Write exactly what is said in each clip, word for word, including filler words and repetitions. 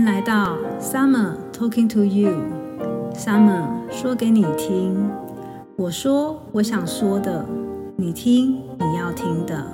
迎来到 Summer Talking to You。Summer 说给你听，我说我想说的，你听你要听的。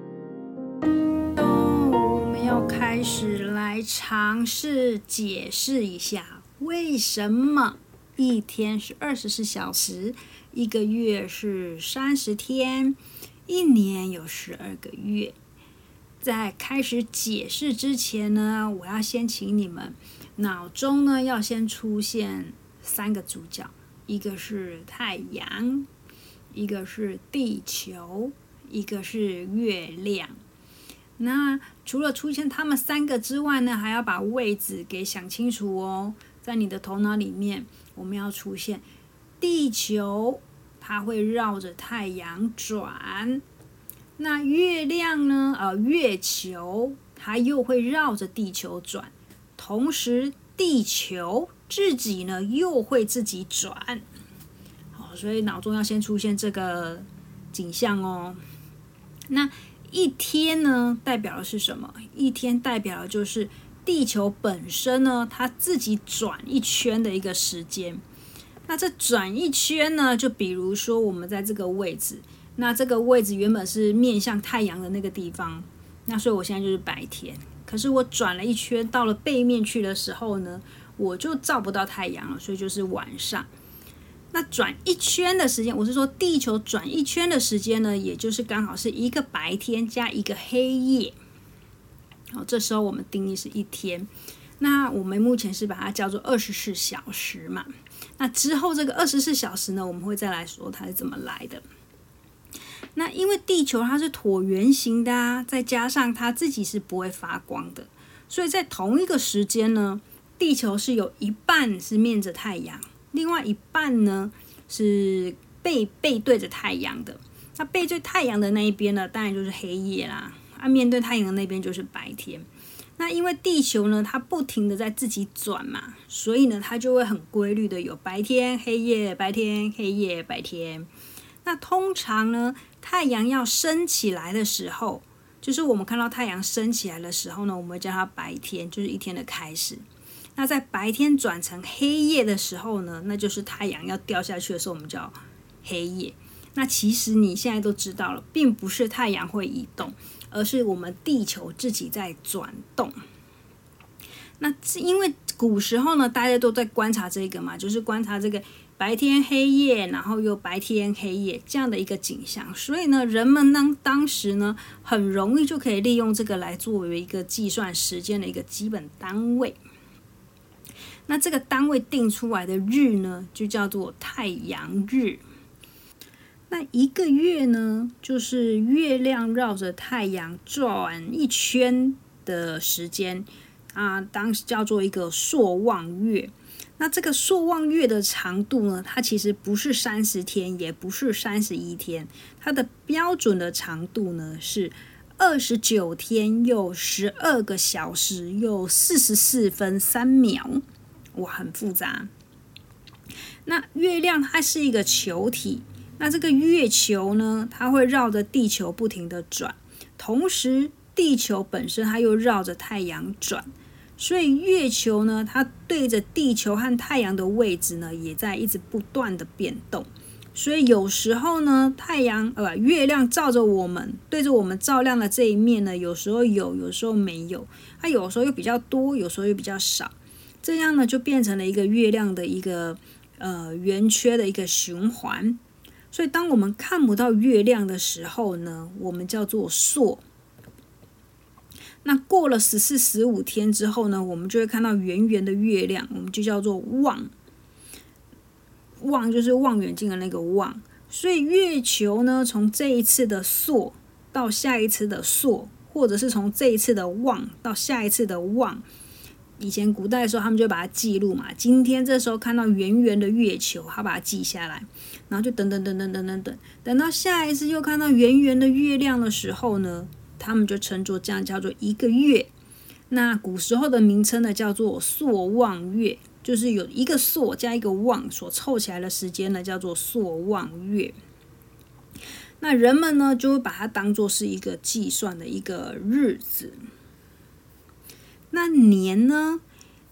哦，我们要开始来尝试解释一下，为什么一天是二十四小时，一个月是三十天，一年有十二个月。在开始解释之前呢，我要先请你们脑中呢要先出现三个主角，一个是太阳，一个是地球，一个是月亮。那除了出现他们三个之外呢，还要把位置给想清楚哦。在你的头脑里面，我们要出现地球，它会绕着太阳转。那月亮呢？呃，月球它又会绕着地球转，同时地球自己呢又会自己转。好，所以脑中要先出现这个景象哦。那一天呢，代表的是什么？一天代表的就是地球本身呢，它自己转一圈的一个时间。那这转一圈呢，就比如说我们在这个位置。那这个位置原本是面向太阳的那个地方，那所以我现在就是白天。可是我转了一圈到了背面去的时候呢，我就照不到太阳了，所以就是晚上。那转一圈的时间，我是说地球转一圈的时间呢，也就是刚好是一个白天加一个黑夜。好，这时候我们定义是一天。那我们目前是把它叫做二十四小时嘛。那之后这个二十四小时呢，我们会再来说它是怎么来的。那因为地球它是椭圆形的啊，再加上它自己是不会发光的，所以在同一个时间呢，地球是有一半是面着太阳，另外一半呢是背背对着太阳的。那背对太阳的那一边呢，当然就是黑夜啦，啊，面对太阳的那边就是白天。那因为地球呢，它不停的在自己转嘛，所以呢，它就会很规律的有白天、黑夜、白天、黑夜、白天。那通常呢，太阳要升起来的时候，就是我们看到太阳升起来的时候呢，我们会叫它白天，就是一天的开始。那在白天转成黑夜的时候呢，那就是太阳要掉下去的时候，我们叫黑夜。那其实你现在都知道了，并不是太阳会移动，而是我们地球自己在转动。那因为古时候呢，大家都在观察这个嘛，就是观察这个白天黑夜，然后又白天黑夜这样的一个景象，所以呢，人们当当时呢，很容易就可以利用这个来作为一个计算时间的一个基本单位。那这个单位定出来的日呢，就叫做太阳日。那一个月呢，就是月亮绕着太阳转一圈的时间啊，当时叫做一个朔望月。那这个朔望月的长度呢，它其实不是三十天，也不是三十一天，它的标准的长度呢是二十九天又十二个小时又四十四分三秒，哇，很复杂。那月亮它是一个球体，那这个月球呢，它会绕着地球不停的转，同时地球本身它又绕着太阳转。所以月球呢，它对着地球和太阳的位置呢，也在一直不断的变动。所以有时候呢，太阳呃月亮照着我们，对着我们照亮的这一面呢，有时候有，有时候没有。它有时候又比较多，有时候又比较少。这样呢，就变成了一个月亮的一个呃圆缺的一个循环。所以当我们看不到月亮的时候呢，我们叫做朔。那过了十四、十五天之后呢，我们就会看到圆圆的月亮，我们就叫做望。望就是望远镜的那个望。所以月球呢，从这一次的朔到下一次的朔，或者是从这一次的望到下一次的望，以前古代的时候，他们就把它记录嘛。今天这时候看到圆圆的月球，他把它记下来，然后就等等等等等等等，等到下一次又看到圆圆的月亮的时候呢，他们就称作这样叫做一个月。那古时候的名称呢，叫做朔望月，就是有一个朔加一个望所凑起来的时间呢，叫做朔望月。那人们呢，就会把它当作是一个计算的一个日子。那年呢，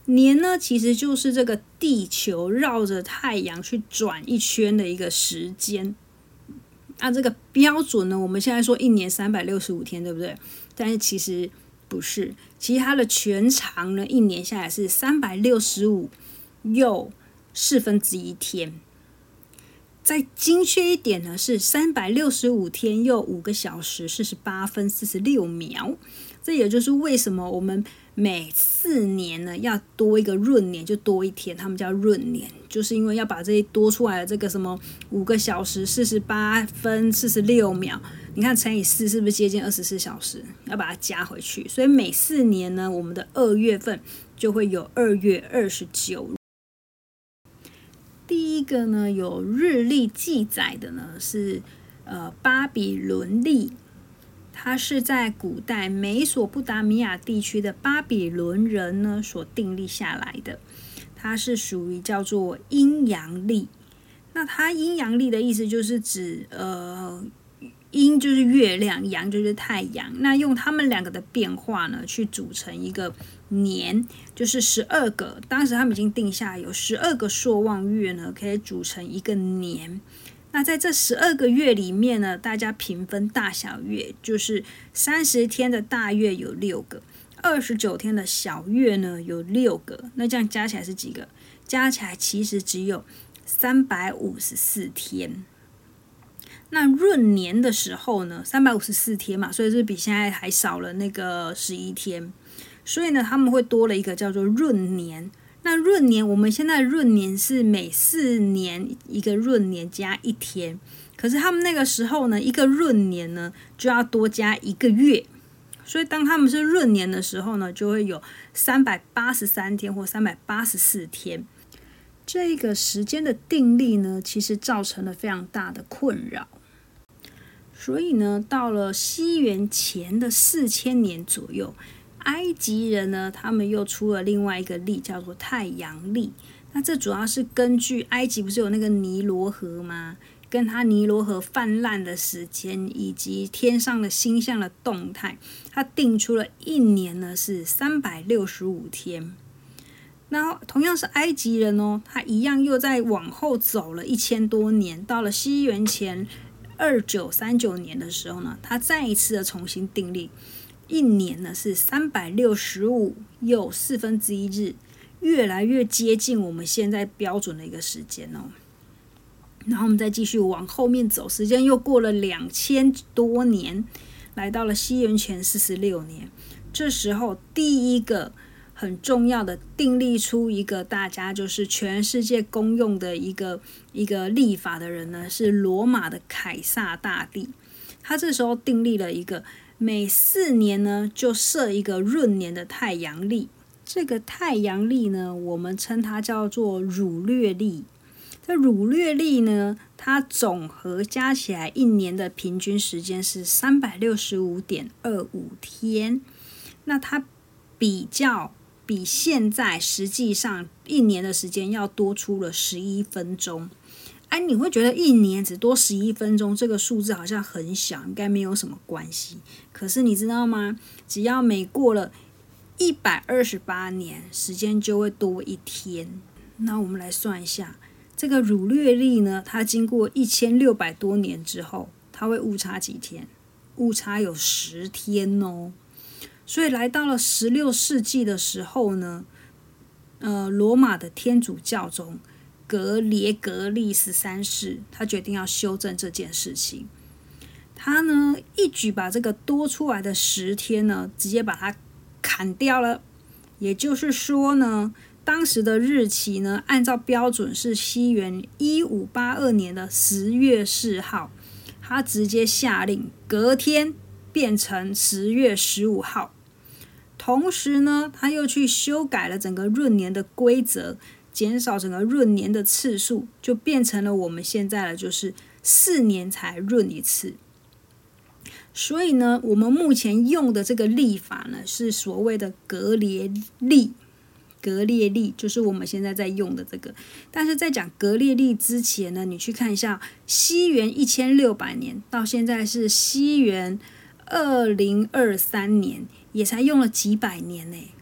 年呢，其实就是这个地球绕着太阳去转一圈的一个时间。那这个标准呢，我们现在说一年三百六十五天，对不对？但是其实不是，其实它的全长呢，一年下来是三百六十五又四分之一天。再精确一点呢，是三百六十五天又五个小时四十八分四十六秒。这也就是为什么我们每四年呢要多一个闰年，就多一天，他们叫闰年，就是因为要把这些多出来的这个什么五个小时四十八分四十六秒，你看乘以四是不是接近二十四小时？要把它加回去，所以每四年呢，我们的二月份就会有二月二十九。第一个呢，有日历记载的呢是呃巴比伦历。它是在古代美索不达米亚地区的巴比伦人呢所订立下来的，它是属于叫做阴阳历。那它阴阳历的意思就是指呃阴就是月亮，阳就是太阳，那用它们两个的变化呢去组成一个年，就是十二个，当时他们已经定下有十二个朔望月呢可以组成一个年。那在这十二个月里面呢，大家平分大小月，就是三十天的大月有六个，二十九天的小月呢有六个，那这样加起来是几个？加起来其实只有三百五十四天。那闰年的时候呢，三百五十四天嘛，所以是比现在还少了那个十一天，所以呢，他们会多了一个叫做闰年。那闰年，我们现在闰年是每四年一个闰年加一天，可是他们那个时候呢，一个闰年呢就要多加一个月，所以当他们是闰年的时候呢，就会有三百八十三天或三百八十四天。这个时间的定例呢，其实造成了非常大的困扰。所以呢，到了西元前的四千年左右，埃及人呢，他们又出了另外一个历，叫做太阳历。那这主要是根据埃及不是有那个尼罗河吗？跟它尼罗河泛滥的时间，以及天上的星象的动态，它定出了一年呢是三百六十五天。那同样是埃及人哦，他一样又在往后走了一千多年，到了西元前二九三九年的时候呢，他再一次的重新订立。一年呢是三百六十五又四分之一日，越来越接近我们现在标准的一个时间哦。然后我们再继续往后面走，时间又过了两千多年，来到了西元前四十六年。这时候第一个很重要的订立出一个大家就是全世界公用的一个一个历法的人呢，是罗马的凯撒大帝。他这时候订立了一个每四年呢就设一个闰年的太阳历。这个太阳历呢，我们称它叫做儒略历。这儒略历呢，它总和加起来一年的平均时间是三百六十五点二五天。那它比较比现在实际上一年的时间要多出了十一分钟。哎，你会觉得一年只多十一分钟，这个数字好像很小，应该没有什么关系。可是你知道吗？只要每过了一百二十八年，时间就会多一天。那我们来算一下，这个儒略历呢，它经过一千六百多年之后，它会误差几天？误差有十天哦。所以来到了十六世纪的时候呢，呃，罗马的天主教宗格列格利十三世，他决定要修正这件事情。他呢一举把这个多出来的十天呢，直接把它砍掉了。也就是说呢，当时的日期呢，按照标准是西元一五八二年的十月四号，他直接下令隔天变成十月十五号。同时呢，他又去修改了整个闰年的规则，减少整个闰年的次数，就变成了我们现在的就是四年才闰一次。所以呢，我们目前用的这个历法呢，是所谓的格列历。格列历就是我们现在在用的这个。但是在讲格列历之前呢，你去看一下西元一千六百年到现在是西元二零二三年，也才用了几百年呢。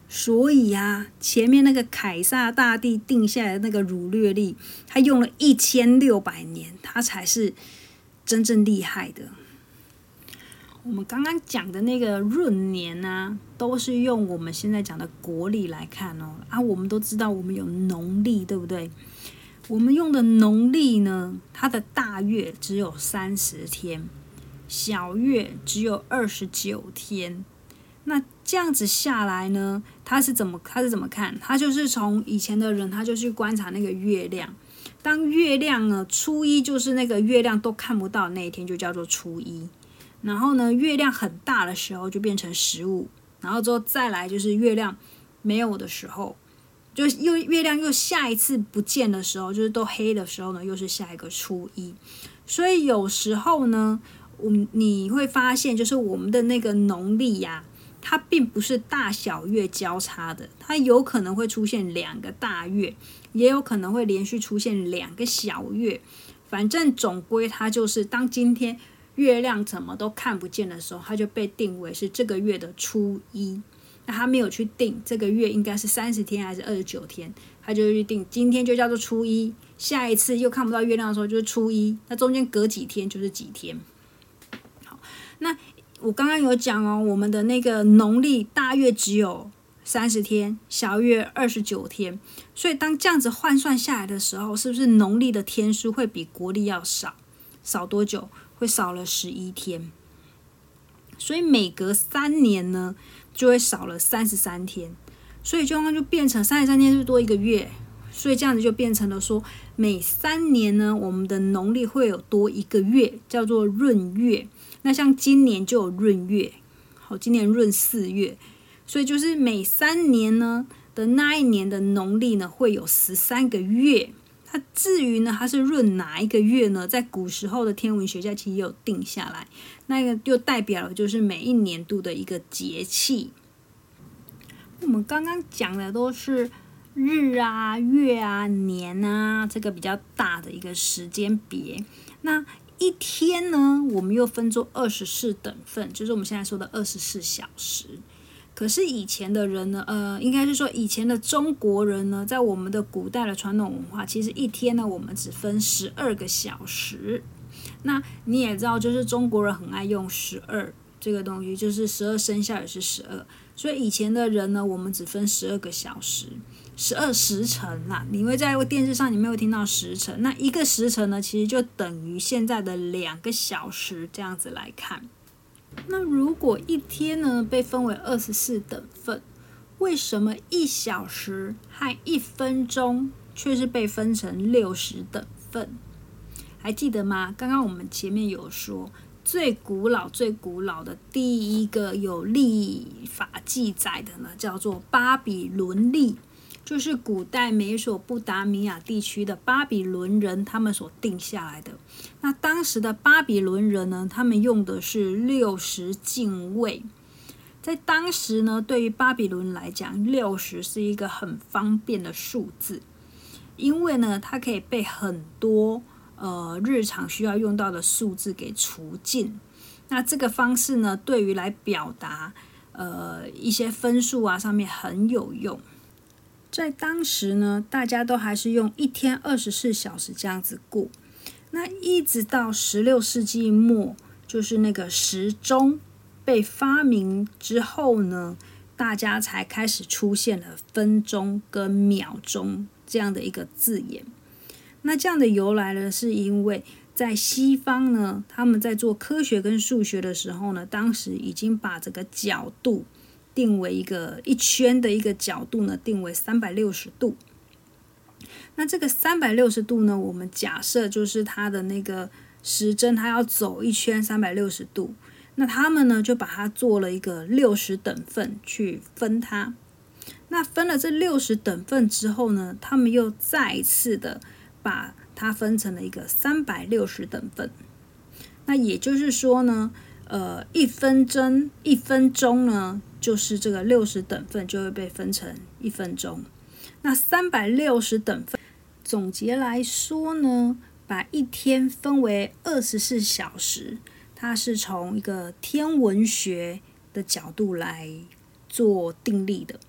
所以啊，前面那个凯撒大帝定下来的那个儒略历，他用了一千六百年，他才是真正厉害的。我们刚刚讲的那个闰年啊，都是用我们现在讲的国历来看哦。啊，我们都知道我们有农历，对不对？我们用的农历呢，它的大月只有三十天，小月只有二十九天。那这样子下来呢，他是怎么他是怎么看？他就是从以前的人，他就去观察那个月亮。当月亮呢，初一就是那个月亮都看不到那一天，就叫做初一。然后呢，月亮很大的时候就变成十五，然后之后再来就是月亮没有的时候，就又月亮又下一次不见的时候，就是都黑的时候呢，又是下一个初一。所以有时候呢，我你会发现，就是我们的那个农历呀、啊。它并不是大小月交叉的，它有可能会出现两个大月，也有可能会连续出现两个小月。反正总归它就是当今天月亮怎么都看不见的时候，它就被定为是这个月的初一。那它没有去定这个月应该是三十天还是二十九天，它就去定今天就叫做初一，下一次又看不到月亮的时候就是初一，那中间隔几天就是几天。好，那我刚刚有讲哦，我们的那个农历大月只有三十天，小月二十九天，所以当这样子换算下来的时候，是不是农历的天数会比国历要少？少多久？会少了十一天。所以每隔三年呢，就会少了三十三天，所以就就变成三十三天是多一个月，所以这样子就变成了说，每三年呢，我们的农历会有多一个月，叫做闰月。那像今年就有闰月，好，今年闰四月，所以就是每三年呢的那一年的农历呢会有十三个月。它至于呢它是闰哪一个月呢，在古时候的天文学家其实也有定下来，那个就代表了就是每一年度的一个节气。我们刚刚讲的都是日啊、月啊、年啊，这个比较大的一个时间别。那一天呢，我们又分作二十四等份，就是我们现在说的二十四小时。可是以前的人呢，呃，应该是说以前的中国人呢，在我们的古代的传统文化，其实一天呢，我们只分十二个小时。那你也知道，就是中国人很爱用十二这个东西，就是十二生肖也是十二，所以以前的人呢，我们只分十二个小时。十二时辰啦，你会在电视上你没有听到时辰，那一个时辰呢，其实就等于现在的两个小时这样子来看。那如果一天呢被分为二十四等份，为什么一小时和一分钟却是被分成六十等份？还记得吗？刚刚我们前面有说，最古老最古老的第一个有历法记载的呢，叫做巴比伦历。就是古代美索不达米亚地区的巴比伦人他们所定下来的。那当时的巴比伦人呢，他们用的是六十进位。在当时呢，对于巴比伦来讲，六十是一个很方便的数字，因为呢，它可以被很多呃日常需要用到的数字给除尽。那这个方式呢，对于来表达呃一些分数啊上面很有用。在当时呢，大家都还是用一天二十四小时这样子过。那一直到十六世纪末，就是那个时钟被发明之后呢，大家才开始出现了分钟跟秒钟这样的一个字眼。那这样的由来呢，是因为在西方呢，他们在做科学跟数学的时候呢，当时已经把这个角度定为一个一圈的一个角度呢，定为三百六十度。那这个三百六十度呢，我们假设就是它的那个时针，它要走一圈三百六十度。那他们呢，就把它做了一个六十等份去分它。那分了这六十等份之后呢，他们又再一次的把它分成了一个三百六十等份。那也就是说呢，呃，一分针一分钟呢，就是这个六十等份就会被分成一分钟。那三百六十等份，总结来说呢，把一天分为二十四小时，它是从一个天文学的角度来做定立的。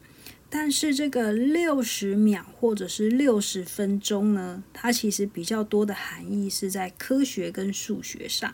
但是这个六十秒或者是六十分钟呢，它其实比较多的含义是在科学跟数学上。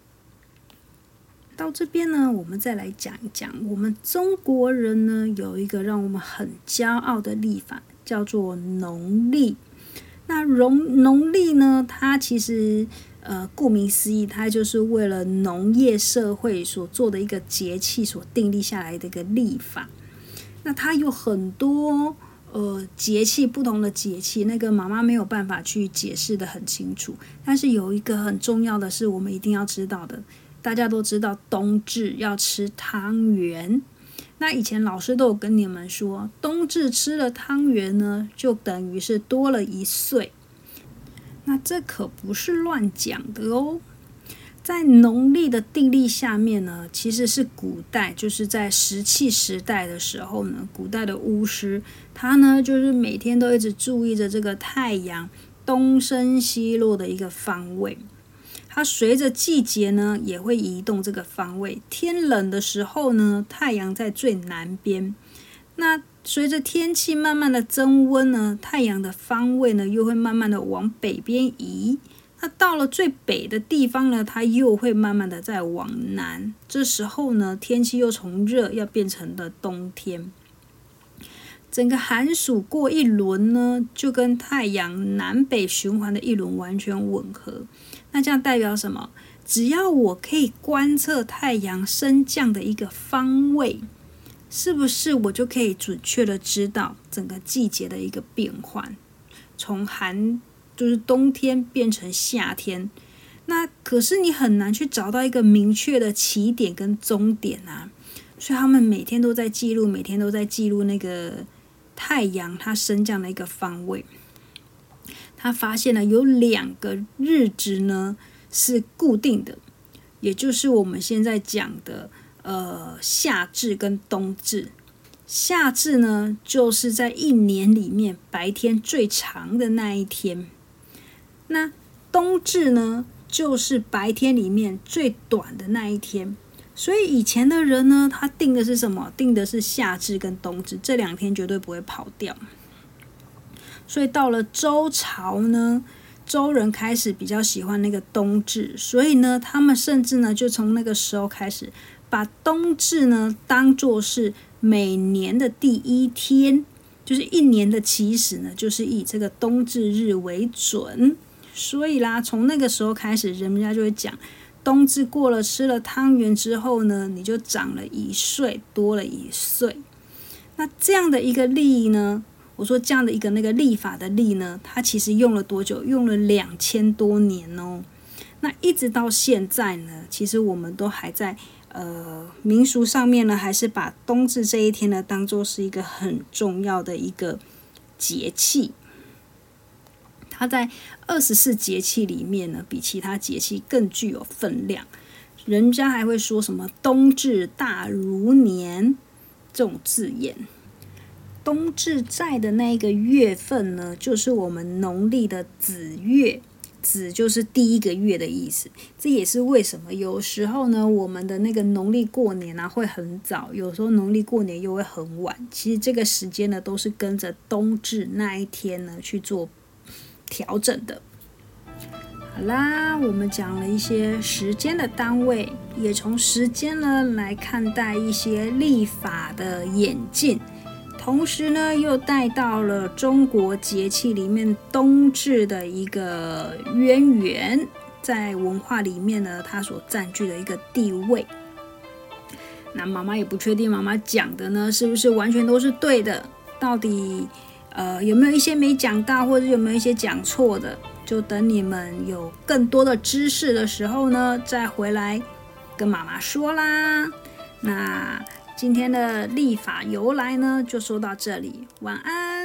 到这边呢，我们再来讲一讲，我们中国人呢有一个让我们很骄傲的历法，叫做农历。那农农历呢，它其实呃顾名思义，它就是为了农业社会所做的一个节气所订立下来的一个历法。那它有很多呃节气，不同的节气，那个妈妈没有办法去解释得很清楚。但是有一个很重要的是，我们一定要知道的。大家都知道冬至要吃汤圆，那以前老师都有跟你们说，冬至吃了汤圆呢，就等于是多了一岁。那这可不是乱讲的哦。在农历的定例下面呢，其实是古代，就是在石器时代的时候呢，古代的巫师他呢就是每天都一直注意着这个太阳东升西落的一个方位。它随着季节呢也会移动这个方位，天冷的时候呢，太阳在最南边，那随着天气慢慢的增温呢，太阳的方位呢又会慢慢的往北边移，那到了最北的地方呢，它又会慢慢的再往南，这时候呢，天气又从热要变成了冬天。整个寒暑过一轮呢，就跟太阳南北循环的一轮完全吻合。那这样代表什么？只要我可以观测太阳升降的一个方位，是不是我就可以准确的知道整个季节的一个变换，从寒就是冬天变成夏天。那可是你很难去找到一个明确的起点跟终点啊，所以他们每天都在记录，每天都在记录那个太阳它升降的一个方位。他发现了有两个日子呢是固定的，也就是我们现在讲的呃夏至跟冬至。夏至呢就是在一年里面白天最长的那一天，那冬至呢就是白天里面最短的那一天。所以以前的人呢，他定的是什么？定的是夏至跟冬至，这两天绝对不会跑掉。所以到了周朝呢，周人开始比较喜欢那个冬至，所以呢，他们甚至呢就从那个时候开始，把冬至呢当作是每年的第一天，就是一年的起始呢，就是以这个冬至日为准。所以啦，从那个时候开始，人家就会讲，冬至过了，吃了汤圆之后呢，你就长了一岁，多了一岁。那这样的一个历义呢，我说这样的一个那个历法的历呢，它其实用了多久？用了两千多年哦。那一直到现在呢，其实我们都还在呃民俗上面呢，还是把冬至这一天呢当作是一个很重要的一个节气。它在二十四节气里面呢，比其他节气更具有分量。人家还会说什么冬至大如年这种字眼。冬至在的那个月份呢，就是我们农历的子月，子就是第一个月的意思。这也是为什么有时候呢，我们的那个农历过年啊会很早，有时候农历过年又会很晚。其实这个时间呢，都是跟着冬至那一天呢去做调整的。好啦，我们讲了一些时间的单位，也从时间呢来看待一些历法的演进。同时呢，又带到了中国节气里面冬至的一个渊源，在文化里面呢，它所占据的一个地位。那妈妈也不确定妈妈讲的呢，是不是完全都是对的？到底呃有没有一些没讲到，或者有没有一些讲错的？就等你们有更多的知识的时候呢，再回来跟妈妈说啦。那今天的历法由来呢，就说到这里，晚安。